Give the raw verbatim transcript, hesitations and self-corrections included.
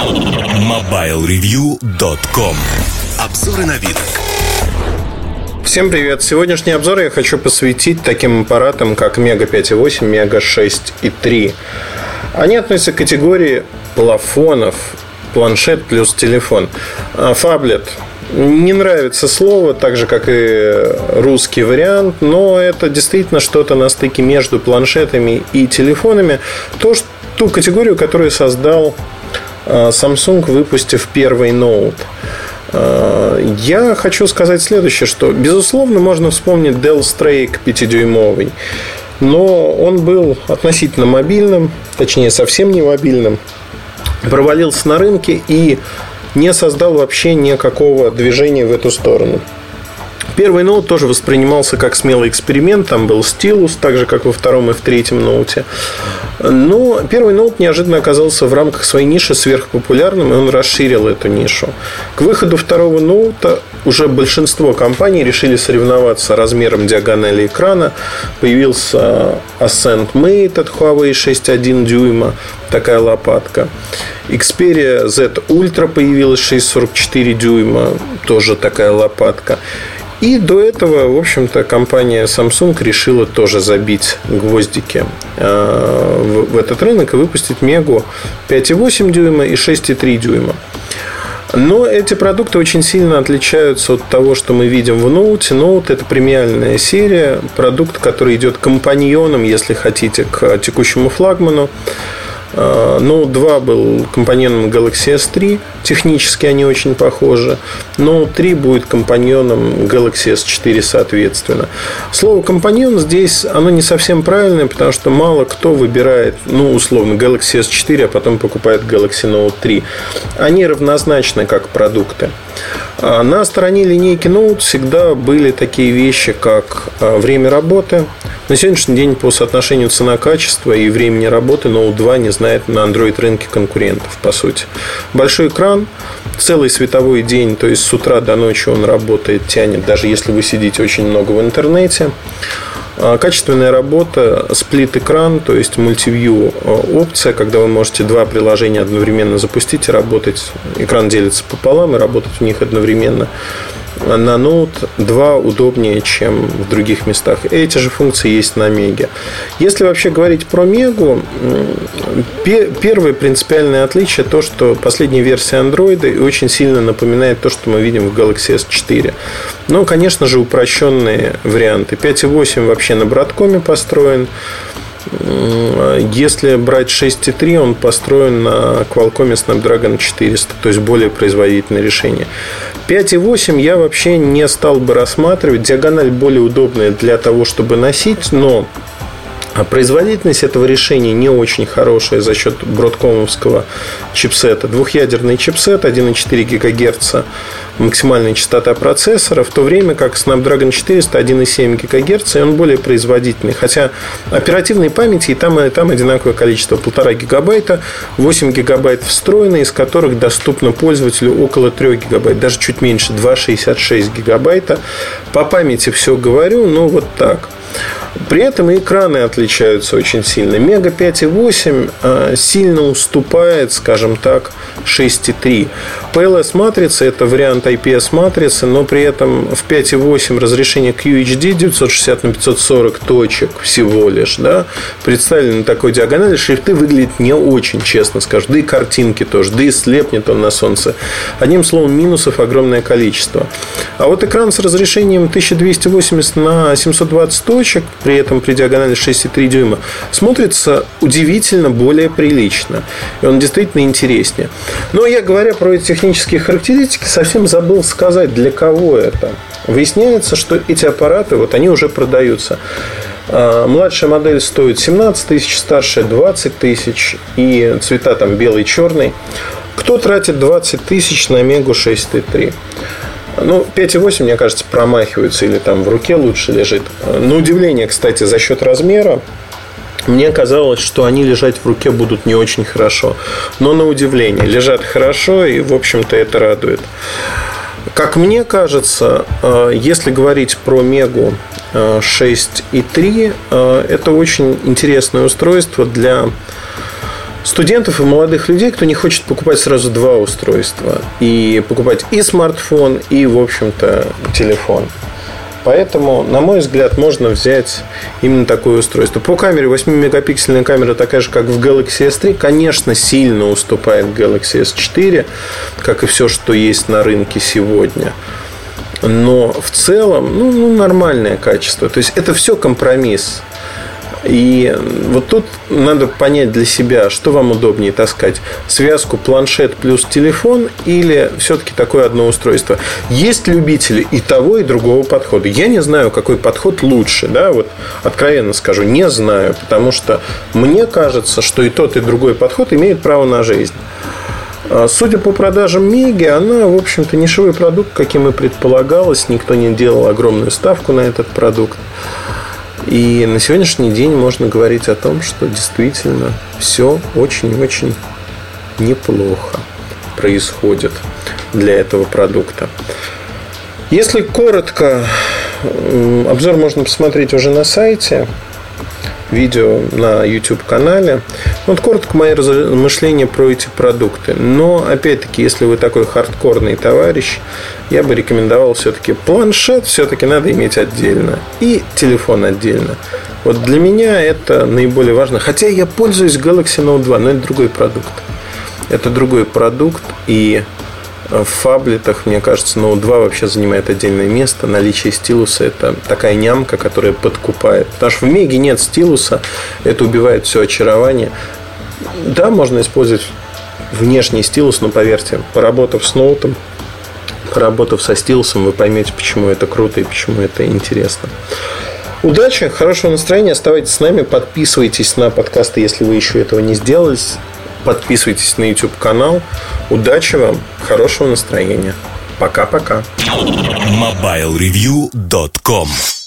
мобайл ревью точка ком. Обзоры новинок. Всем привет! Сегодняшний обзор я хочу посвятить таким аппаратам, как Мега пять и восемь, Мега шесть и три. Они относятся к категории плафонов, планшет плюс телефон. Фаблет. Не нравится слово, так же, как и русский вариант, но это действительно что-то на стыке между планшетами и телефонами. То, что, ту категорию, которую создал Samsung, выпустив первый ноут. Я хочу сказать следующее, что, безусловно, можно вспомнить Dell Strake пятидюймовый, но он был относительно мобильным, точнее, совсем не мобильным, провалился на рынке и не создал вообще никакого движения в эту сторону. Первый ноут тоже воспринимался как смелый эксперимент. Там был стилус, так же, как во втором и в третьем ноуте. Но первый ноут неожиданно оказался в рамках своей ниши сверхпопулярным, и он расширил эту нишу. К выходу второго ноута уже большинство компаний решили соревноваться размером диагонали экрана. Появился Ascent Mate от Huawei шесть и один дюйма, такая лопатка. Xperia Z Ultra появилась шесть и сорок четыре дюйма, тоже такая лопатка. И до этого, в общем-то, компания Samsung решила тоже забить гвоздики в этот рынок и выпустить Мегу пять и восемь дюйма и шесть и три дюйма. Но эти продукты очень сильно отличаются от того, что мы видим в ноуте. Ноут – это премиальная серия, продукт, который идет компаньоном, если хотите, к текущему флагману. Ноут два был компаньоном Galaxy эс три. Технически они очень похожи. Ноут три будет компаньоном Galaxy эс четыре, соответственно. Слово компаньон здесь оно не совсем правильное, потому что мало кто выбирает, ну, условно, Galaxy эс четыре, а потом покупает Galaxy Note три. Они равнозначны как продукты. На стороне линейки Note всегда были такие вещи, как время работы. На сегодняшний день по соотношению цена-качество и времени работы Ноут два не знает на Android рынке конкурентов, по сути. Большой экран, целый световой день, то есть с утра до ночи он работает, тянет, даже если вы сидите очень много в интернете. Качественная работа, сплит-экран, то есть мультивью опция, когда вы можете два приложения одновременно запустить и работать. Экран делится пополам и работать в них одновременно. На Ноут два удобнее, чем в других местах. Эти же функции есть на Меге. Если вообще говорить про Мегу, первое принципиальное отличие то, что последняя версия Android очень сильно напоминает то, что мы видим в Galaxy эс четыре. Но, конечно же, упрощенные варианты. пять и восемь вообще на Broadcom построен. Если брать шесть и три, он построен на Qualcomm Snapdragon четыреста, то есть более производительное решение. пять и восемь я вообще не стал бы рассматривать. Диагональ более удобная для того, чтобы носить, но производительность этого решения не очень хорошая за счет бродкомовского чипсета. Двухъядерный чипсет, один и четыре гигагерца максимальная частота процессора, в то время как Snapdragon четыреста один и семь гигагерца, и он более производительный. Хотя оперативной памяти и там, и там одинаковое количество, полтора гигабайта, восемь гигабайт встроенные, из которых доступно пользователю около три гигабайта, даже чуть меньше, два шестьдесят шесть гигабайта. По памяти все говорю, но вот так. При этом и экраны отличаются очень сильно. Мега пять и восемь сильно уступает, скажем так, шесть и три. пи эл эс-матрица – это вариант ай пи эс-матрицы, но при этом в пять и восемь разрешение кью эйч ди девятьсот шестьдесят на пятьсот сорок точек всего лишь, да, представлены на такой диагонали. Шрифты выглядят не очень, честно скажу. Да и картинки тоже, да и слепнет он на солнце. Одним словом, минусов огромное количество. А вот экран с разрешением тысяча двести восемьдесят на семьсот двадцать точек, при этом при диагонали шесть и три дюйма, смотрится удивительно более прилично. И он действительно интереснее. Но я, говоря про эти технические характеристики, совсем забыл сказать, для кого это. Выясняется, что эти аппараты, вот они уже продаются. Младшая модель стоит семнадцать тысяч, старшая двадцать тысяч, и цвета там белый, черный. Кто тратит двадцать тысяч на Мегу шесть и три? Ну, пять и восемь, мне кажется, промахиваются или там в руке лучше лежит. На удивление, кстати, за счет размера мне казалось, что они лежать в руке будут не очень хорошо. Но на удивление, лежат хорошо, и, в общем-то, это радует. Как мне кажется, если говорить про Мегу шесть и три, это очень интересное устройство для студентов и молодых людей, кто не хочет покупать сразу два устройства. И покупать и смартфон, и, в общем-то, телефон. Поэтому, на мой взгляд, можно взять именно такое устройство. По камере восьмимегапиксельная камера такая же, как в Galaxy эс три. Конечно, сильно уступает Galaxy эс четыре, как и все, что есть на рынке сегодня. Но в целом, ну, ну, нормальное качество. То есть это все компромисс. И вот тут надо понять для себя, что вам удобнее таскать: связку планшет плюс телефон или все-таки такое одно устройство. Есть любители и того, и другого подхода. Я не знаю, какой подход лучше, да, вот откровенно скажу, не знаю, потому что мне кажется, что и тот, и другой подход имеют право на жизнь. Судя по продажам Меги, она, в общем-то, нишевой продукт, каким и предполагалось. Никто не делал огромную ставку на этот продукт. И на сегодняшний день можно говорить о том, что действительно все очень-очень неплохо происходит для этого продукта. Если коротко, обзор можно посмотреть уже на сайте, видео на YouTube-канале. Вот коротко мои размышления про эти продукты. Но, опять-таки, если вы такой хардкорный товарищ, я бы рекомендовал все-таки планшет все-таки надо иметь отдельно. И телефон отдельно. Вот для меня это наиболее важно. Хотя я пользуюсь Galaxy Note два, но это другой продукт. Это другой продукт. И в фаблетах, мне кажется, Note два вообще занимает отдельное место. Наличие стилуса – это такая нямка, которая подкупает. Потому что в Меге нет стилуса. Это убивает все очарование. Да, можно использовать внешний стилус, но поверьте, поработав с ноутом, поработав со стилусом, вы поймете, почему это круто и почему это интересно. Удачи, хорошего настроения. Оставайтесь с нами, подписывайтесь на подкасты, если вы еще этого не сделали. Подписывайтесь на YouTube-канал. Удачи вам, хорошего настроения. Пока-пока. мобайл ревью точка ком